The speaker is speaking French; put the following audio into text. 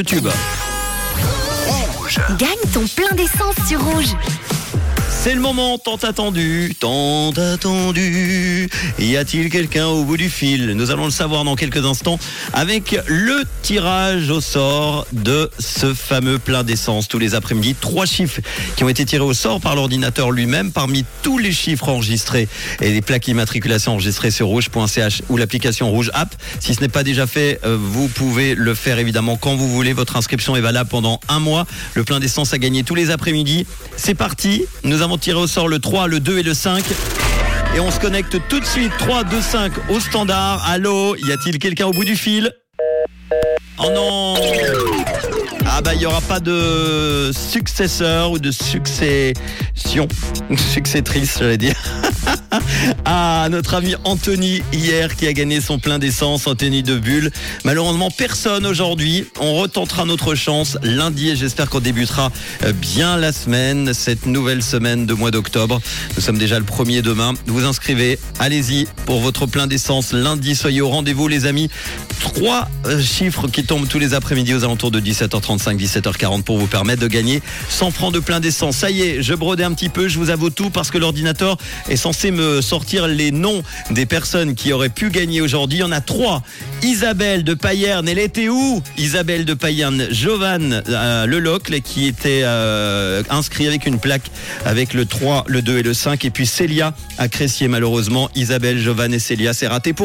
YouTube. Gagne ton plein d'essence sur Rouge. C'est le moment tant attendu, tant attendu. Y a-t-il quelqu'un au bout du fil? Nous allons le savoir dans quelques instants avec le tirage au sort de ce fameux plein d'essence tous les après-midi. 3 chiffres qui ont été tirés au sort par l'ordinateur lui-même parmi tous les chiffres enregistrés et les plaques d'immatriculation enregistrées sur rouge.ch ou l'application Rouge App. Si ce n'est pas déjà fait, vous pouvez le faire évidemment quand vous voulez. Votre inscription est valable pendant 1 mois. Le plein d'essence à gagner tous les après-midi. C'est parti. Nous avons tiré au sort le 3, le 2 et le 5. Et on se connecte tout de suite, 3, 2, 5 au standard. Allô, y a-t-il quelqu'un au bout du fil? Oh non! Ah bah il n'y aura pas de successeur ou de succession. Successrice, j'allais dire. Ah, notre ami Anthony hier qui a gagné son plein d'essence, Anthony de Bulle. Malheureusement, personne aujourd'hui. On retentera notre chance lundi et j'espère qu'on débutera bien la semaine, cette nouvelle semaine de mois d'octobre. Nous sommes déjà le 1er demain. Vous inscrivez, allez-y pour votre plein d'essence lundi. Soyez au rendez-vous les amis. 3 chiffres qui tombent tous les après-midi aux alentours de 17h35, 17h40 pour vous permettre de gagner 100 francs de plein d'essence. Ça y est, je brodais un petit peu, je vous avoue tout parce que l'ordinateur est censé me sortir les noms des personnes qui auraient pu gagner aujourd'hui. Il y en a 3. Isabelle de Payerne, elle était où? Isabelle de Payerne, Jovan Lelocle qui était inscrit avec une plaque avec le 3, le 2 et le 5. Et puis Célia à Cressier malheureusement. Isabelle, Jovan et Célia, c'est raté pour